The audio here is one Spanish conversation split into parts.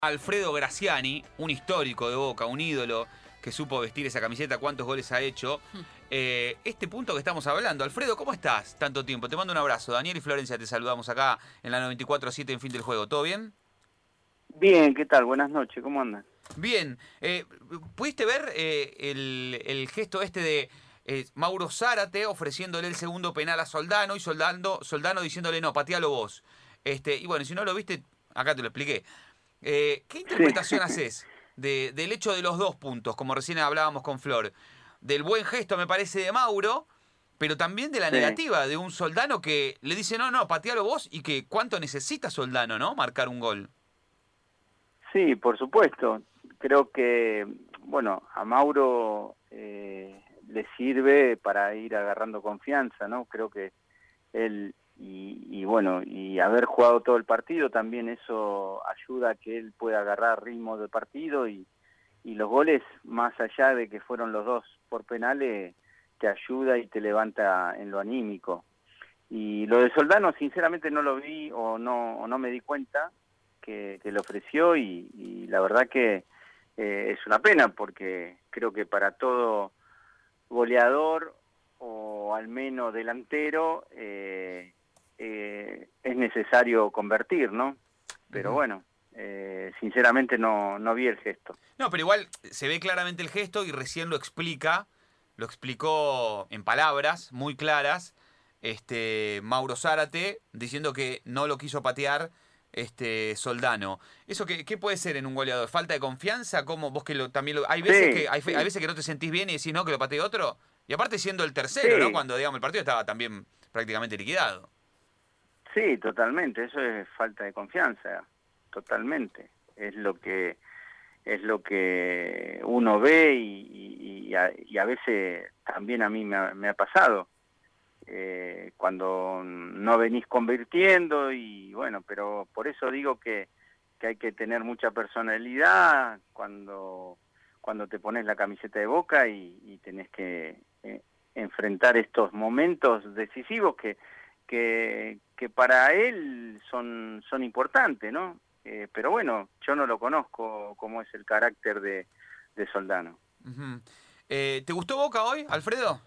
Alfredo Graciani, un histórico de Boca, un ídolo que supo vestir esa camiseta, cuántos goles ha hecho. Este punto que estamos hablando. Alfredo, ¿cómo estás? Tanto tiempo. Te mando un abrazo. Daniel y Florencia te saludamos acá en la 94.7 en Fin del Juego. ¿Todo bien? Bien, ¿qué tal? Buenas noches, ¿cómo andan? Bien. ¿Pudiste ver el gesto este de Mauro Zárate ofreciéndole el segundo penal a Soldano y Soldano diciéndole no, patealo vos? Y bueno, si no lo viste, acá te lo expliqué. ¿Qué Sí. interpretación haces del hecho de los 2 puntos, como recién hablábamos con Flor? Del buen gesto, me parece, de Mauro, pero también de la Sí, negativa de un Soldano que le dice, no, patealo vos, y que cuánto necesita Soldano, ¿no? Marcar un gol. sí, por supuesto. Creo que, bueno, a Mauro le sirve para ir agarrando confianza, ¿no? Creo que él, y bueno, y haber jugado todo el partido, también eso ayuda a que él pueda agarrar ritmo del partido y los goles, más allá de que fueron los dos por penales, te ayuda y te levanta en lo anímico. Y lo de Soldano, sinceramente no lo vi o no me di cuenta que lo ofreció y la verdad que es una pena porque creo que para todo goleador o al menos delantero es necesario convertir, ¿no? Pero Ujú. bueno, sinceramente no vi el gesto. No, pero igual se ve claramente el gesto y recién lo explicó en palabras muy claras, Mauro Zárate, diciendo que no lo quiso patear Soldano. ¿Eso qué puede ser en un goleador? ¿Falta de confianza? ¿Cómo vos también hay veces Sí, hay sí, veces que no te sentís bien y decís no, que lo patee otro? Y aparte siendo el tercero, ¿no? sí, Cuando digamos el partido estaba también prácticamente liquidado. sí, totalmente. Eso es falta de confianza, totalmente. Es lo que uno ve y a veces también a mí me ha pasado cuando no venís convirtiendo y bueno, pero por eso digo que hay que tener mucha personalidad cuando te pones la camiseta de Boca y tenés que enfrentar estos momentos decisivos que para él son importantes, ¿no? Pero bueno, yo no lo conozco cómo es el carácter de Soldano. Ujú. ¿Te gustó Boca hoy, Alfredo?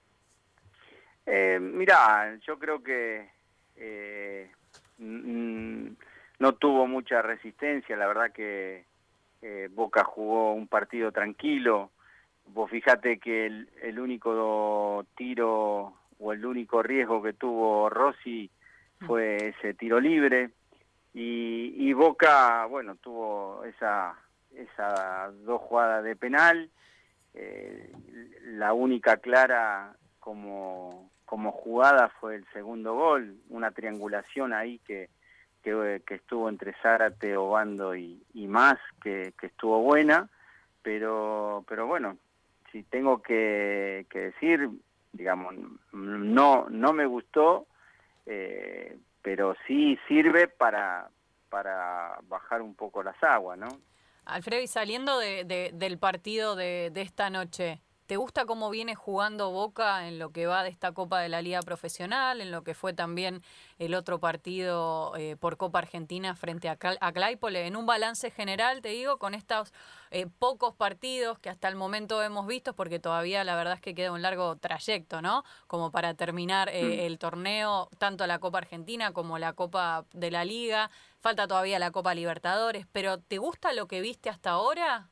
Mirá, yo creo que eh, mm, no tuvo mucha resistencia, la verdad que Boca jugó un partido tranquilo. Vos fíjate que el único tiro o el único riesgo que tuvo Rossi fue ese tiro libre y Boca, bueno, tuvo esa dos jugadas de penal, eh, la única clara como jugada fue el segundo gol, una triangulación ahí que estuvo entre Zárate, Obando y más, que estuvo buena, pero bueno, si tengo que decir, digamos, no me gustó, pero sí sirve para bajar un poco las aguas, ¿no? Alfredo, y saliendo del partido de esta noche, ¿te gusta cómo viene jugando Boca en lo que va de esta Copa de la Liga Profesional, en lo que fue también el otro partido por Copa Argentina frente a Claypole? En un balance general, te digo, con estos pocos partidos que hasta el momento hemos visto, porque todavía la verdad es que queda un largo trayecto, ¿no? Como para terminar Mm. el torneo, tanto la Copa Argentina como la Copa de la Liga. Falta todavía la Copa Libertadores, pero ¿te gusta lo que viste hasta ahora?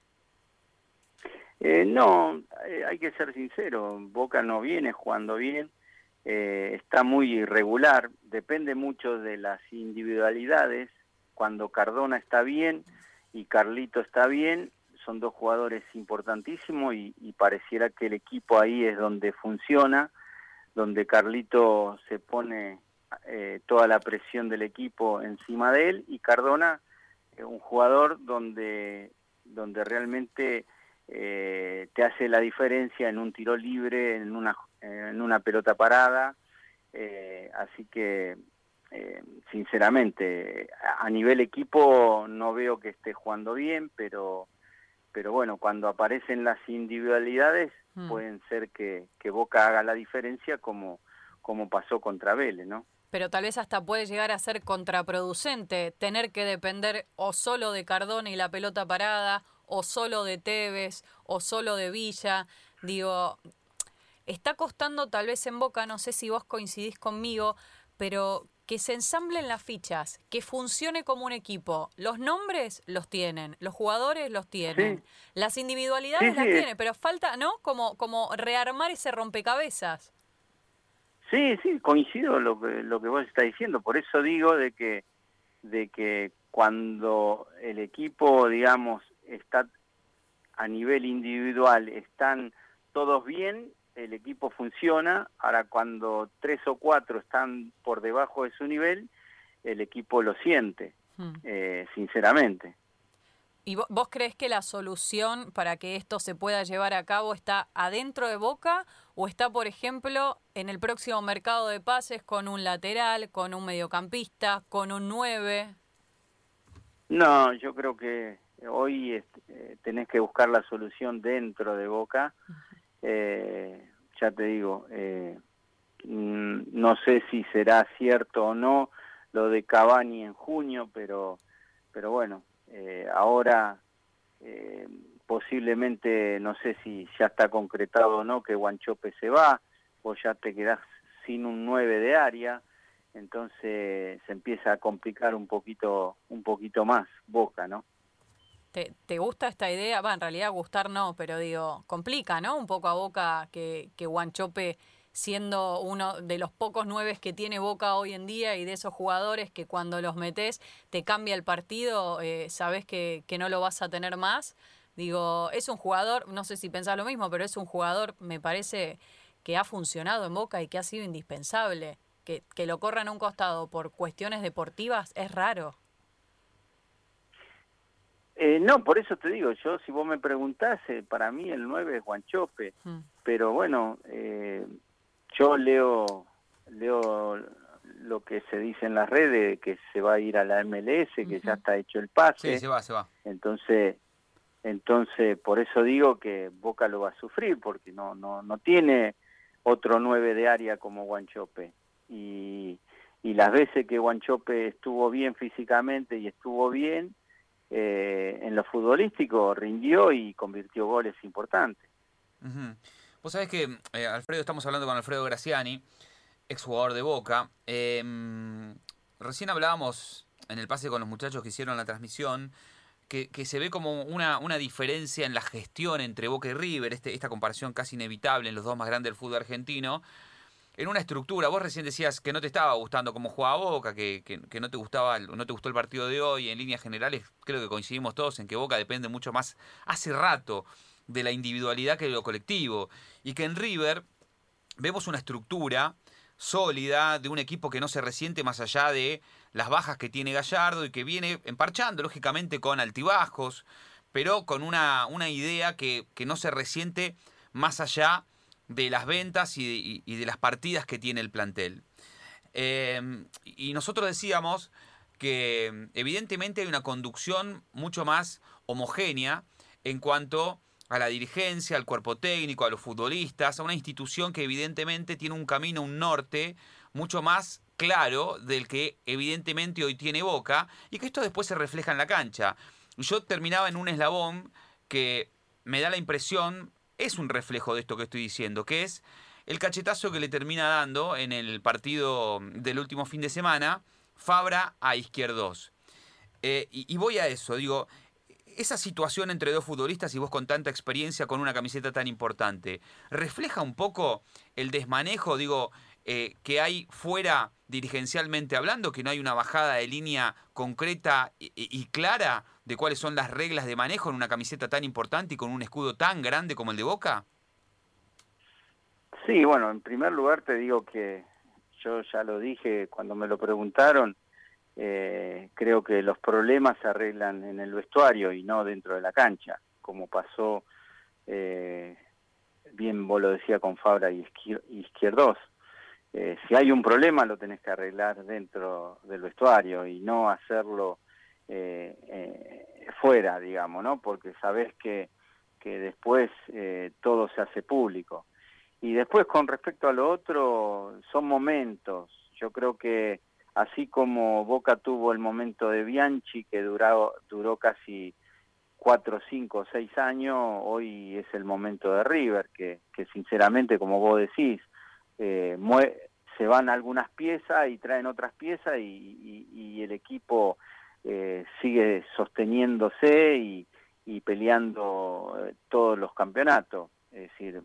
No, hay que ser sincero, Boca no viene jugando bien, está muy irregular, depende mucho de las individualidades. Cuando Cardona está bien y Carlito está bien, son dos jugadores importantísimos y pareciera que el equipo ahí es donde funciona, donde Carlito se pone toda la presión del equipo encima de él y Cardona un jugador donde realmente te hace la diferencia en un tiro libre, en una pelota parada, así que sinceramente a nivel equipo no veo que esté jugando bien, pero bueno, cuando aparecen las individualidades pueden ser que Boca haga la diferencia como pasó contra Vélez, ¿no? Pero tal vez hasta puede llegar a ser contraproducente tener que depender o solo de Cardona y la pelota parada, o solo de Tevez, o solo de Villa. Digo, está costando tal vez en Boca, no sé si vos coincidís conmigo, pero que se ensamblen las fichas, que funcione como un equipo. Los nombres los tienen, los jugadores los tienen, Sí, las individualidades sí, las sí, tienen, pero falta, ¿no? Como rearmar ese rompecabezas. sí, coincido lo que vos estás diciendo. Por eso digo de que cuando el equipo, digamos, está a nivel individual, están todos bien, el equipo funciona. Ahora, cuando 3 o 4 están por debajo de su nivel, el equipo lo siente, Hmm. sinceramente. ¿Y vos creés que la solución para que esto se pueda llevar a cabo está adentro de Boca o está, por ejemplo, en el próximo mercado de pases con un lateral, con un mediocampista, con un 9? No, yo creo que hoy tenés que buscar la solución dentro de Boca. Ya te digo, no sé si será cierto o no lo de Cavani en junio, pero bueno, ahora posiblemente, no sé si ya está concretado o no que Wanchope se va, vos ya te quedás sin un 9 de área, entonces se empieza a complicar un poquito más Boca, ¿no? ¿Te gusta esta idea? Va, en realidad gustar no, pero digo, complica, ¿no? Un poco a Boca que Wanchope, siendo uno de los pocos 9 que tiene Boca hoy en día y de esos jugadores que cuando los metés te cambia el partido, sabés que no lo vas a tener más. Digo, es un jugador, no sé si pensás lo mismo, pero es un jugador, me parece, que ha funcionado en Boca y que ha sido indispensable. Que lo corran a un costado por cuestiones deportivas es raro. No, por eso te digo, yo si vos me preguntás, para mí el 9 es Wanchope, Mm. pero bueno, yo leo lo que se dice en las redes, que se va a ir a la MLS, que ya Ujú. está hecho el Sí, pase, se va. entonces por eso digo que Boca lo va a sufrir, porque no tiene otro 9 de área como Wanchope, y las veces que Wanchope estuvo bien físicamente y estuvo bien, en lo futbolístico rindió y convirtió goles importantes. Ujú. Vos sabés que, Alfredo, estamos hablando con Alfredo Graciani, exjugador de Boca. Recién hablábamos en el pase con los muchachos que hicieron la transmisión, que se ve como una diferencia en la gestión entre Boca y River, esta comparación casi inevitable en los dos más grandes del fútbol argentino, en una estructura. Vos recién decías que no te estaba gustando cómo jugaba Boca, que no te gustaba, no te gustó el partido de hoy. En líneas generales creo que coincidimos todos en que Boca depende mucho más hace rato de la individualidad que de lo colectivo. Y que en River vemos una estructura sólida de un equipo que no se resiente más allá de las bajas que tiene Gallardo y que viene emparchando, lógicamente, con altibajos, pero con una idea que no se resiente más allá de las ventas y de las partidas que tiene el plantel. Y nosotros decíamos que evidentemente hay una conducción mucho más homogénea en cuanto a la dirigencia, al cuerpo técnico, a los futbolistas, a una institución que evidentemente tiene un camino, un norte mucho más claro del que evidentemente hoy tiene Boca y que esto después se refleja en la cancha. Yo terminaba en un eslabón que me da la impresión, es un reflejo de esto que estoy diciendo, que es el cachetazo que le termina dando en el partido del último fin de semana Fabra a Izquierdos. Y voy a eso, digo, esa situación entre dos futbolistas y vos con tanta experiencia con una camiseta tan importante, ¿refleja un poco el desmanejo, digo, que hay fuera dirigencialmente hablando, que no hay una bajada de línea concreta y clara de cuáles son las reglas de manejo en una camiseta tan importante y con un escudo tan grande como el de Boca? Sí, bueno, en primer lugar te digo que yo ya lo dije cuando me lo preguntaron, creo que los problemas se arreglan en el vestuario y no dentro de la cancha, como pasó, eh, bien vos lo decía con Fabra y Izquierdos. Si hay un problema lo tenés que arreglar dentro del vestuario y no hacerlo fuera, digamos, ¿no? Porque sabés que después todo se hace público. Y después con respecto a lo otro, son momentos. Yo creo que así como Boca tuvo el momento de Bianchi, que duró casi 4, 5, 6 años, hoy es el momento de River, que sinceramente, como vos decís, se van algunas piezas y traen otras piezas y el equipo sigue sosteniéndose y peleando todos los campeonatos. Es decir,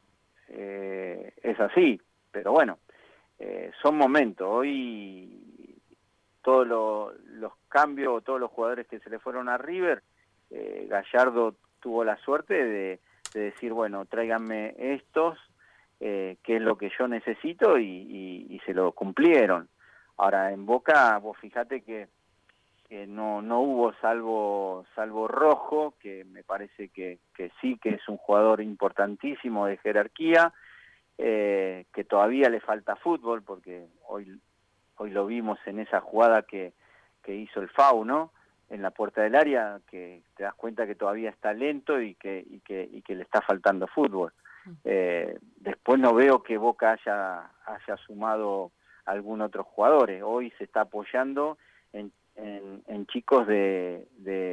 es así, pero bueno, son momentos. Hoy todos los cambios, todos los jugadores que se le fueron a River, Gallardo tuvo la suerte de decir, bueno, tráiganme estos, que es lo que yo necesito, y se lo cumplieron. Ahora, en Boca, vos fijate que no hubo salvo Rojo, que me parece que sí, que es un jugador importantísimo de jerarquía, que todavía le falta fútbol, porque hoy lo vimos en esa jugada que hizo el FAU, ¿no?, en la puerta del área, que te das cuenta que todavía está lento y que le está faltando fútbol. Después no veo que Boca haya sumado algún otro jugador. Hoy se está apoyando en chicos del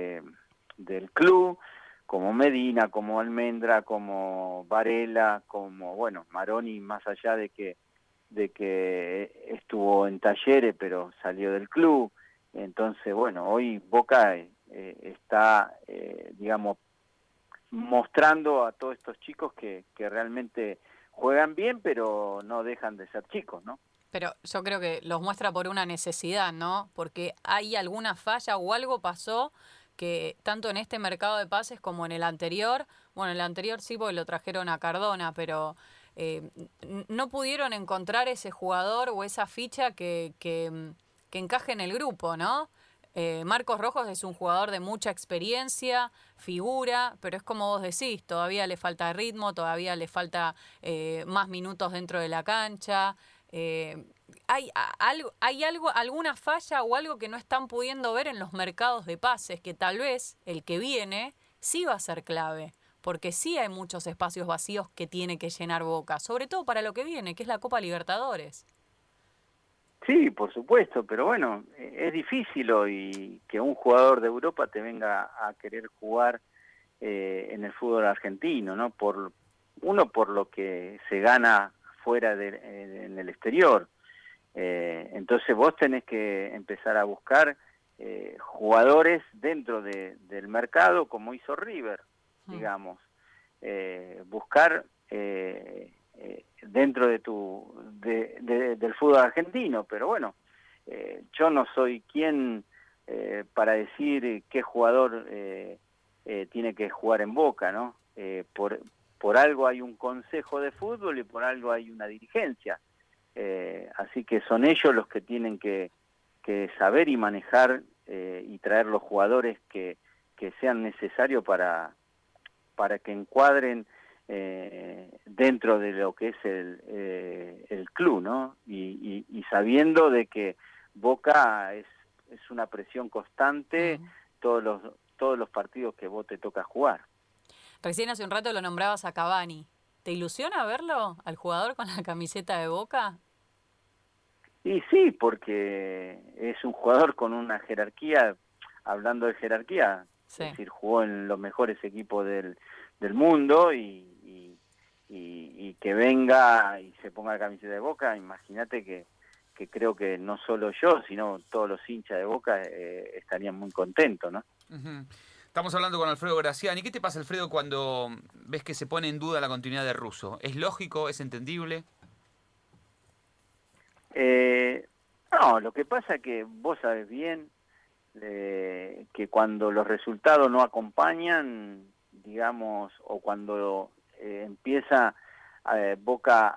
club, como Medina, como Almendra, como Varela, como, bueno, Maroni, más allá de que estuvo en Talleres, pero salió del club. Entonces, bueno, hoy Boca está, digamos, mostrando a todos estos chicos que realmente juegan bien, pero no dejan de ser chicos, ¿no? Pero yo creo que los muestra por una necesidad, ¿no? Porque hay alguna falla o algo pasó que tanto en este mercado de pases como en el anterior, bueno, en el anterior sí porque lo trajeron a Cardona, pero no pudieron encontrar ese jugador o esa ficha que encaje en el grupo, ¿no? Marcos Rojos es un jugador de mucha experiencia, figura, pero es como vos decís, todavía le falta ritmo, todavía le falta más minutos dentro de la cancha. ¿Hay alguna falla o algo que no están pudiendo ver en los mercados de pases que tal vez el que viene sí va a ser clave? Porque sí hay muchos espacios vacíos que tiene que llenar Boca, sobre todo para lo que viene, que es la Copa Libertadores. Sí, por supuesto, pero bueno, es difícil hoy que un jugador de Europa te venga a querer jugar en el fútbol argentino, ¿no? Por lo que se gana fuera en el exterior. Entonces vos tenés que empezar a buscar jugadores dentro del mercado, como hizo River, digamos. Buscar dentro del fútbol argentino, pero bueno, yo no soy quien para decir qué jugador tiene que jugar en Boca, ¿no? Por algo hay un consejo de fútbol y por algo hay una dirigencia, así que son ellos los que tienen que saber y manejar y traer los jugadores que sean necesarios para que encuadren dentro de lo que es el club, ¿no? Y sabiendo de que Boca es una presión constante todos los partidos que vos te toca jugar. Recién hace un rato lo nombrabas a Cavani. ¿Te ilusiona verlo al jugador con la camiseta de Boca? Y sí, porque es un jugador con una jerarquía, hablando de jerarquía, sí. Es decir, jugó en los mejores equipos del mundo y que venga y se ponga la camiseta de Boca, imagínate que creo que no solo yo, sino todos los hinchas de Boca estarían muy contentos, ¿no? Uh-huh. Estamos hablando con Alfredo Graciani. ¿Qué te pasa, Alfredo, cuando ves que se pone en duda la continuidad de Russo? ¿Es lógico? ¿Es entendible? No, lo que pasa es que vos sabés bien que cuando los resultados no acompañan, digamos, o cuando empieza Boca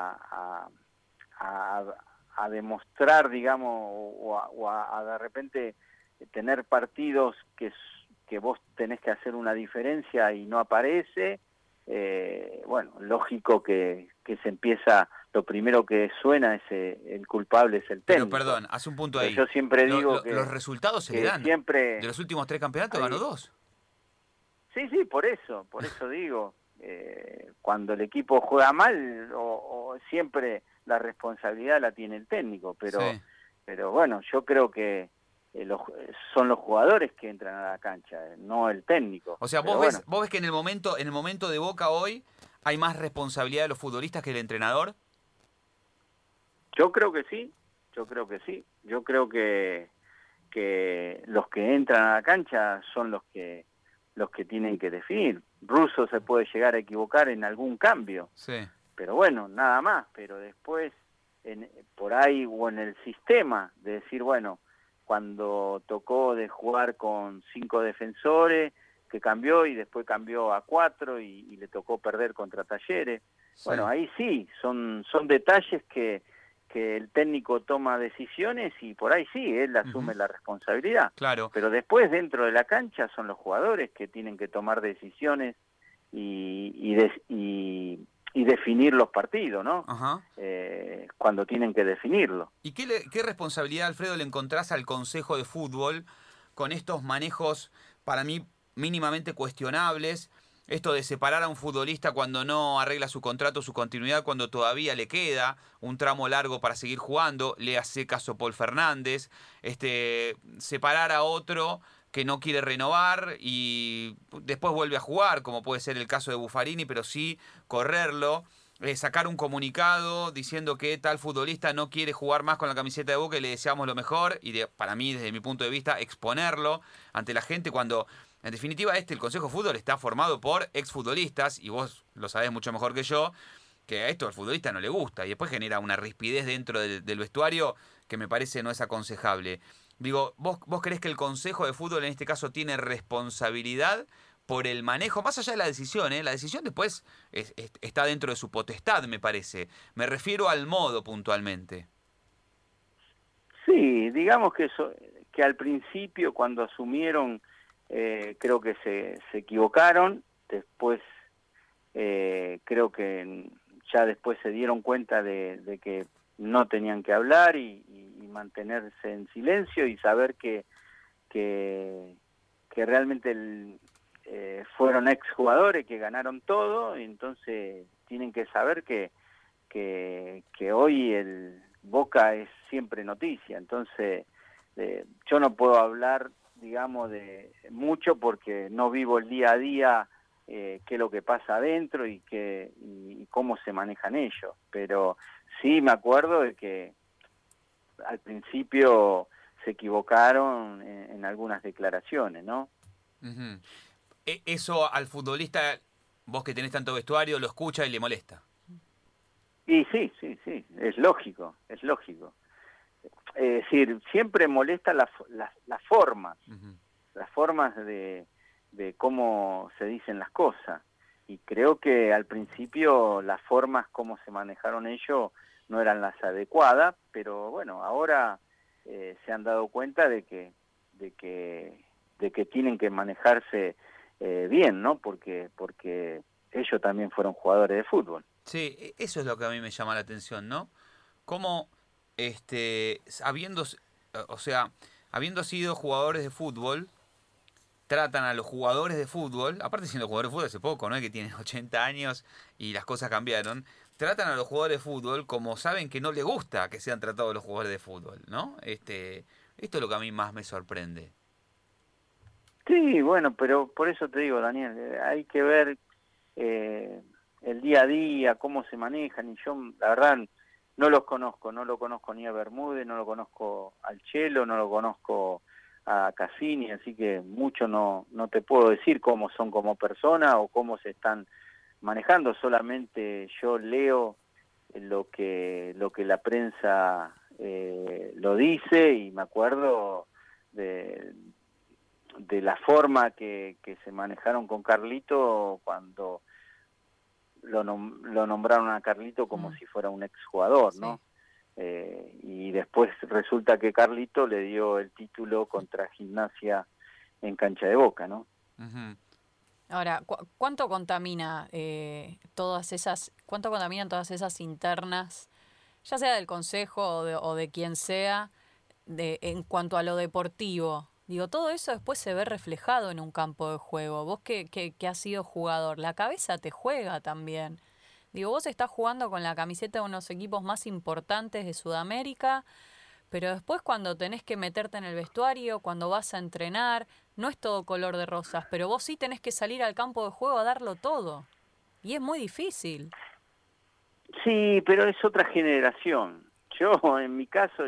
a demostrar, digamos, o a de repente tener partidos que vos tenés que hacer una diferencia y no aparece, bueno, lógico que se empieza, lo primero que suena es el culpable es el técnico. Pero perdón, hace un punto ahí. Yo siempre digo que los resultados se le dan. Siempre, de los últimos 3 campeonatos ganó 2. Sí, por eso digo, cuando el equipo juega mal o siempre la responsabilidad la tiene el técnico, Sí. pero bueno, yo creo que son los jugadores que entran a la cancha, no el técnico. O sea, Pero bueno, vos ves que en el momento de Boca hoy hay más responsabilidad de los futbolistas que el entrenador. yo creo que sí, yo creo que sí, yo creo que los que entran a la cancha son los que tienen que definir. Russo se puede llegar a equivocar en algún cambio, Sí. pero bueno, nada más, pero después por ahí o en el sistema de decir, bueno, cuando tocó de jugar con 5 defensores, que cambió y después cambió a 4 y le tocó perder contra Talleres. Sí. Bueno, ahí sí, son detalles que el técnico toma decisiones y por ahí sí, él asume la responsabilidad. Claro. Pero después dentro de la cancha son los jugadores que tienen que tomar decisiones y definir los partidos, ¿no? Ajá. Cuando tienen que definirlo. ¿Y qué responsabilidad, Alfredo, le encontrás al Consejo de Fútbol con estos manejos, para mí, mínimamente cuestionables? Esto de separar a un futbolista cuando no arregla su contrato, su continuidad, cuando todavía le queda un tramo largo para seguir jugando, le hace caso Paul Fernández, separar a otro que no quiere renovar y después vuelve a jugar, como puede ser el caso de Buffarini, pero sí correrlo. Sacar un comunicado diciendo que tal futbolista no quiere jugar más con la camiseta de Boca y le deseamos lo mejor, y para mí, desde mi punto de vista, exponerlo ante la gente cuando, en definitiva, el Consejo de Fútbol está formado por exfutbolistas, y vos lo sabés mucho mejor que yo, que a esto al futbolista no le gusta, y después genera una rispidez dentro del vestuario que me parece no es aconsejable. Digo, ¿vos creés que el Consejo de Fútbol en este caso tiene responsabilidad por el manejo, más allá de la decisión, ¿eh? La decisión después está dentro de su potestad, me parece. Me refiero al modo puntualmente. Sí, digamos que al principio cuando asumieron creo que se equivocaron, después creo que ya después se dieron cuenta de que no tenían que hablar y mantenerse en silencio y saber que realmente fueron exjugadores que ganaron todo, y entonces tienen que saber que hoy el Boca es siempre noticia. Entonces yo no puedo hablar, digamos, de mucho porque no vivo el día a día qué es lo que pasa adentro y cómo se manejan ellos, pero sí me acuerdo de que al principio se equivocaron en algunas declaraciones, ¿no? Uh-huh. Eso al futbolista, vos que tenés tanto vestuario, lo escucha y le molesta. Y sí, es lógico, es lógico. Es decir, siempre molesta las formas, Uh-huh. las formas de cómo se dicen las cosas. Y creo que al principio las formas como se manejaron ellos no eran las adecuadas, pero bueno, ahora se han dado cuenta de que tienen que manejarse bien, ¿no? Porque ellos también fueron jugadores de fútbol. Sí, eso es lo que a mí me llama la atención, ¿no? Cómo, habiendo sido jugadores de fútbol, tratan a los jugadores de fútbol, aparte siendo jugadores de fútbol hace poco, ¿no? Que tienen 80 años y las cosas cambiaron, tratan a los jugadores de fútbol como saben que no les gusta que sean tratados los jugadores de fútbol, ¿no? Esto es lo que a mí más me sorprende. Sí, bueno, pero por eso te digo, Daniel, hay que ver el día a día, cómo se manejan, y yo, la verdad, no lo conozco ni a Bermúdez, no lo conozco al Chelo, no lo conozco a Cassini, así que mucho no te puedo decir cómo son como persona o cómo se están manejando, solamente yo leo lo que la prensa lo dice, y me acuerdo de la forma que se manejaron con Carlito cuando lo nombraron a Carlito como si fuera un exjugador, ¿no? Sí. Y después resulta que Carlito le dio el título contra Gimnasia en cancha de Boca, ¿no? Uh-huh. Ahora, ¿cuánto contaminan todas esas internas, ya sea del consejo o de quien sea, en cuanto a lo deportivo? Digo, todo eso después se ve reflejado en un campo de juego. Vos que has sido jugador, la cabeza te juega también. Digo, vos estás jugando con la camiseta de unos equipos más importantes de Sudamérica, pero después cuando tenés que meterte en el vestuario, cuando vas a entrenar, no es todo color de rosas, pero vos sí tenés que salir al campo de juego a darlo todo. Y es muy difícil. Sí, pero es otra generación. Yo, en mi caso,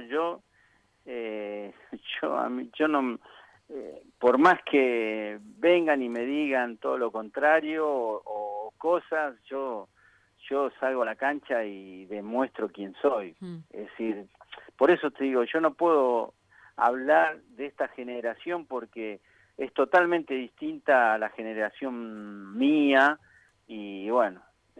yo no, por más que vengan y me digan todo lo contrario o cosas, yo salgo a la cancha y demuestro quién soy. Es decir, por eso te digo, yo no puedo hablar de esta generación porque es totalmente distinta a la generación mía y bueno,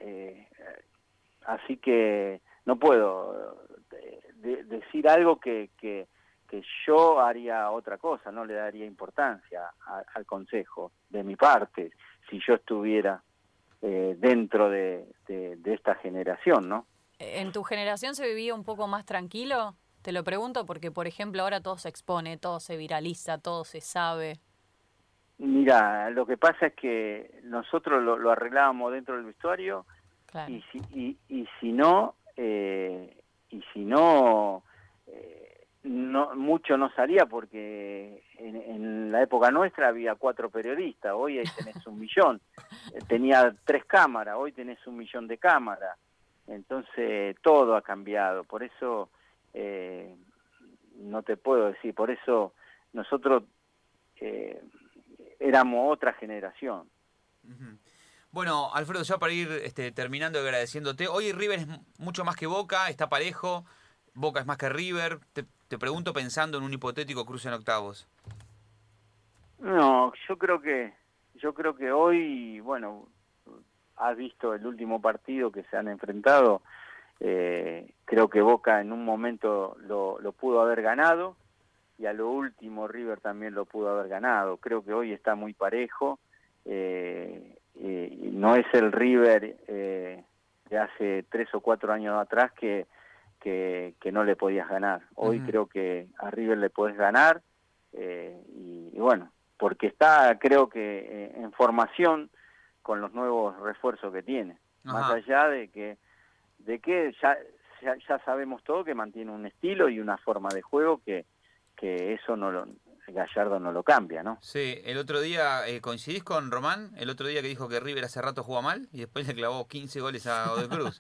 así que no puedo decir algo que yo haría otra cosa, no le daría importancia al consejo de mi parte, si yo estuviera dentro de esta generación, ¿no? ¿En tu generación se vivía un poco más tranquilo? Te lo pregunto porque, por ejemplo, ahora todo se expone, todo se viraliza, todo se sabe. Mira, lo que pasa es que nosotros lo arreglábamos dentro del vestuario. Claro. Y si no, no mucho no salía porque en la época nuestra había 4 periodistas, hoy ahí tenés 1 millón, tenía 3 cámaras, hoy tenés 1 millón de cámaras, entonces todo ha cambiado, por eso no te puedo decir, por eso nosotros éramos otra generación. Uh-huh. Bueno, Alfredo, ya para ir terminando y agradeciéndote, hoy River es mucho más que Boca, está parejo, Boca es más que River, te pregunto pensando en un hipotético cruce en octavos. No, yo creo que hoy, bueno, has visto el último partido que se han enfrentado, creo que Boca en un momento lo pudo haber ganado y a lo último River también lo pudo haber ganado, creo que hoy está muy parejo, no es el River de hace 3 o 4 años atrás que no le podías ganar. Hoy creo que a River le podés ganar y bueno, porque está creo que en formación con los nuevos refuerzos que tiene. Ajá. Más allá de que ya sabemos todo que mantiene un estilo y una forma de juego que eso Gallardo no lo cambia, ¿no? Sí, el otro día, ¿coincidís con Román? El otro día que dijo que River hace rato jugaba mal y después le clavó 15 goles a Godoy Cruz.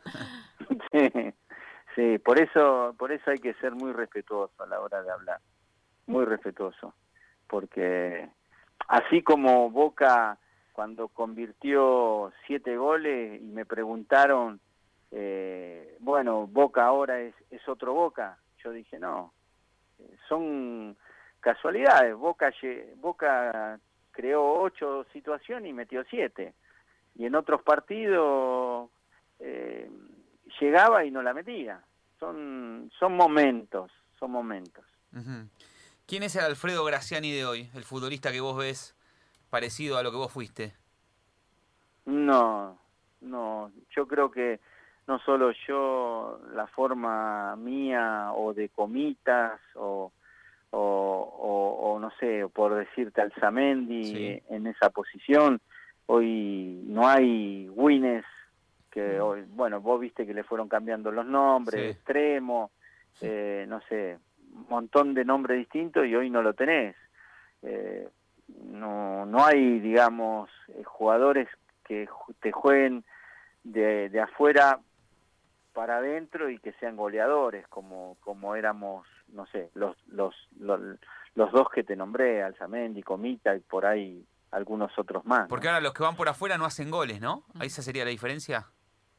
Sí, por eso hay que ser muy respetuoso a la hora de hablar, muy respetuoso, porque así como Boca cuando convirtió 7 goles y me preguntaron, bueno, Boca ahora es otro Boca, yo dije no, son casualidades, Boca creó 8 situaciones y metió 7, y en otros partidos llegaba y no la metía. Son momentos. Uh-huh. ¿Quién es el Alfredo Graciani de hoy? El futbolista que vos ves parecido a lo que vos fuiste. No, yo creo que no solo yo, la forma mía o de Comitas o no sé, por decirte Alzamendi, sí, en esa posición, hoy no hay Winnes que hoy, bueno, vos viste que le fueron cambiando los nombres, sí, extremo, no sé, un montón de nombres distintos y hoy no lo tenés. No hay, digamos, jugadores que te jueguen de afuera para adentro y que sean goleadores como éramos, no sé, los 2 que te nombré, Alzamendi, Comita y por ahí algunos otros más. Porque, ¿no?, ahora los que van por afuera no hacen goles, ¿no? ¿Esa sería la diferencia?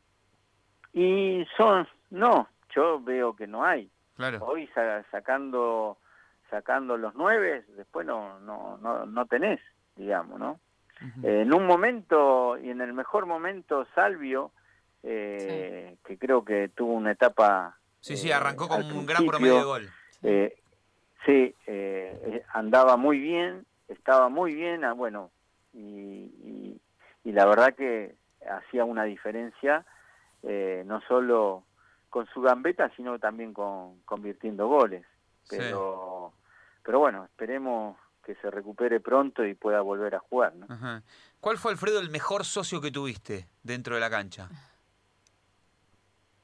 Y yo veo que no hay. Claro. Hoy sacando los 9, después no tenés, digamos, ¿no? Uh-huh. En un momento, y en el mejor momento, Salvio, sí, que creo que tuvo una etapa... Sí, arrancó con un gran promedio de gol. Sí, andaba muy bien, estaba muy bien, bueno, y la verdad que hacía una diferencia, no solo con su gambeta, sino también convirtiendo goles. Pero bueno, esperemos que se recupere pronto y pueda volver a jugar, ¿no? Ajá. ¿Cuál fue, Alfredo, el mejor socio que tuviste dentro de la cancha?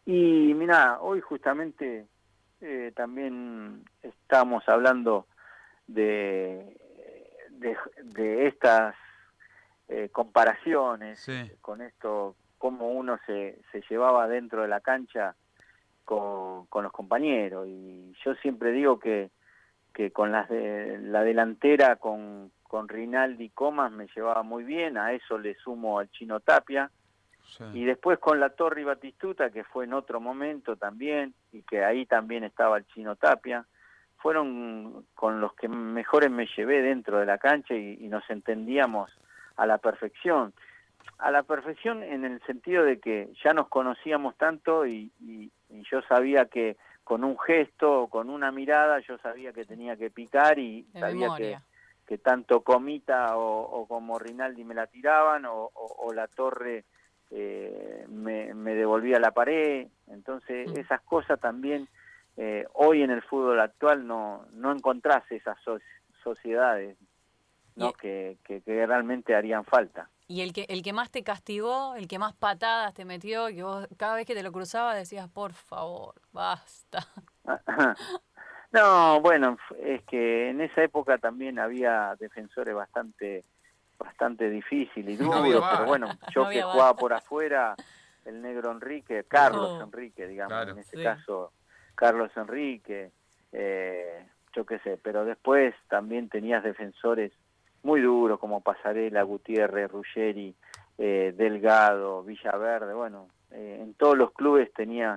Y mira, hoy justamente también estábamos hablando de, de estas comparaciones Sí. con esto, cómo uno se llevaba dentro de la cancha con los compañeros. Y yo siempre digo que con la delantera con Rinaldi y Comas me llevaba muy bien, a eso le sumo al Chino Tapia, Sí. y después con la Torre y Batistuta, que fue en otro momento también, y que ahí también estaba el Chino Tapia, fueron con los que mejores me llevé dentro de la cancha y nos entendíamos a la perfección. A la perfección en el sentido de que ya nos conocíamos tanto y yo sabía que con un gesto o con una mirada yo sabía que tenía que picar y De sabía memoria. que tanto Comita o como Rinaldi me la tiraban o la Torre me devolvía la pared. Entonces esas cosas también hoy en el fútbol actual no encontrás esas sociedades, ¿no? que realmente harían falta. Y el que más te castigó, el que más patadas te metió, que vos cada vez que te lo cruzabas decías, por favor, basta. No, bueno, es que en esa época también había defensores bastante difíciles y No había duros, VAR. pero bueno, yo No que había jugaba VAR. por afuera, el negro Enrique, Carlos Oh, Enrique, digamos, claro. en este Sí. caso, Carlos Enrique, yo qué sé, pero después también tenías defensores muy duros como Pasarela, Gutiérrez, Ruggeri, Delgado, Villaverde, bueno, en todos los clubes tenías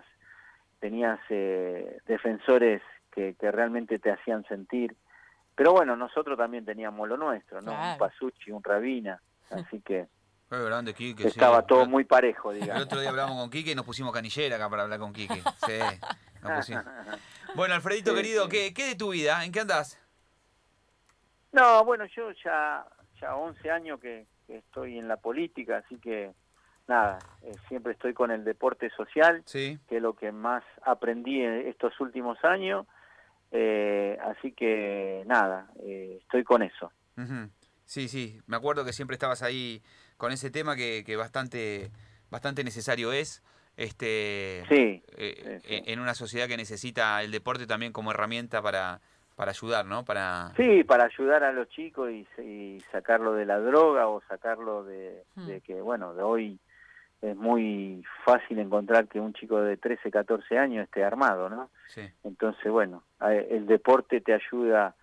defensores que realmente te hacían sentir. Pero bueno, nosotros también teníamos lo nuestro, ¿no? Claro. Un Pasucci, un Rabina, así que Qué grande, Quique, estaba sí. todo muy parejo, El digamos. otro día hablamos con Quique y nos pusimos canillera acá para hablar con Quique. Sí, nos pusimos. Bueno, Alfredito, Sí, querido, sí. ¿qué de tu vida? ¿En qué andás? No, bueno, yo ya 11 años que estoy en la política, así que nada, siempre estoy con el deporte social, Sí. que es lo que más aprendí en estos últimos años, así que nada, estoy con eso. Ujú. Sí, sí, me acuerdo que siempre estabas ahí con ese tema que bastante necesario es Sí, sí, sí. en una sociedad que necesita el deporte también como herramienta para ayudar, ¿no? Sí, para ayudar a los chicos y sacarlo de la droga o sacarlo de que, bueno, de hoy es muy fácil encontrar que un chico de 13, 14 años esté armado, ¿no? Sí. Entonces, bueno, el deporte te ayuda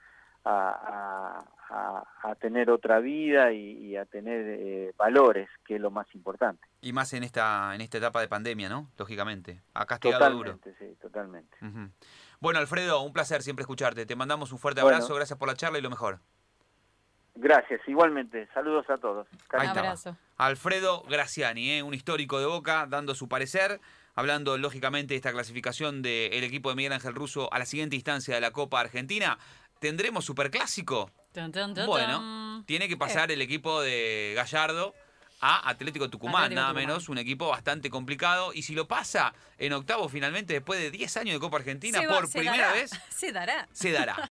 a tener otra vida y a tener valores, que es lo más importante. Y más en esta etapa de pandemia, ¿no? Lógicamente. Ha castigado duro. Totalmente, sí, totalmente. Ujú. Bueno, Alfredo, un placer siempre escucharte. Te mandamos un fuerte Bueno, abrazo, gracias por la charla y lo mejor. gracias, igualmente. Saludos a todos. Ahí Un estaba. abrazo. Alfredo Graciani, un histórico de Boca, dando su parecer, hablando lógicamente de esta clasificación del equipo de Miguel Ángel Russo a la siguiente instancia de la Copa Argentina. ¿Tendremos superclásico? Tan, tan, tan, Bueno, tan. tiene que pasar el equipo de Gallardo a Atlético Tucumán, Atlético nada Tucumán. menos, un equipo bastante complicado. Y si lo pasa en octavo finalmente, después de 10 años de Copa Argentina, Se va- por se primera dará, vez, Se dará. se dará.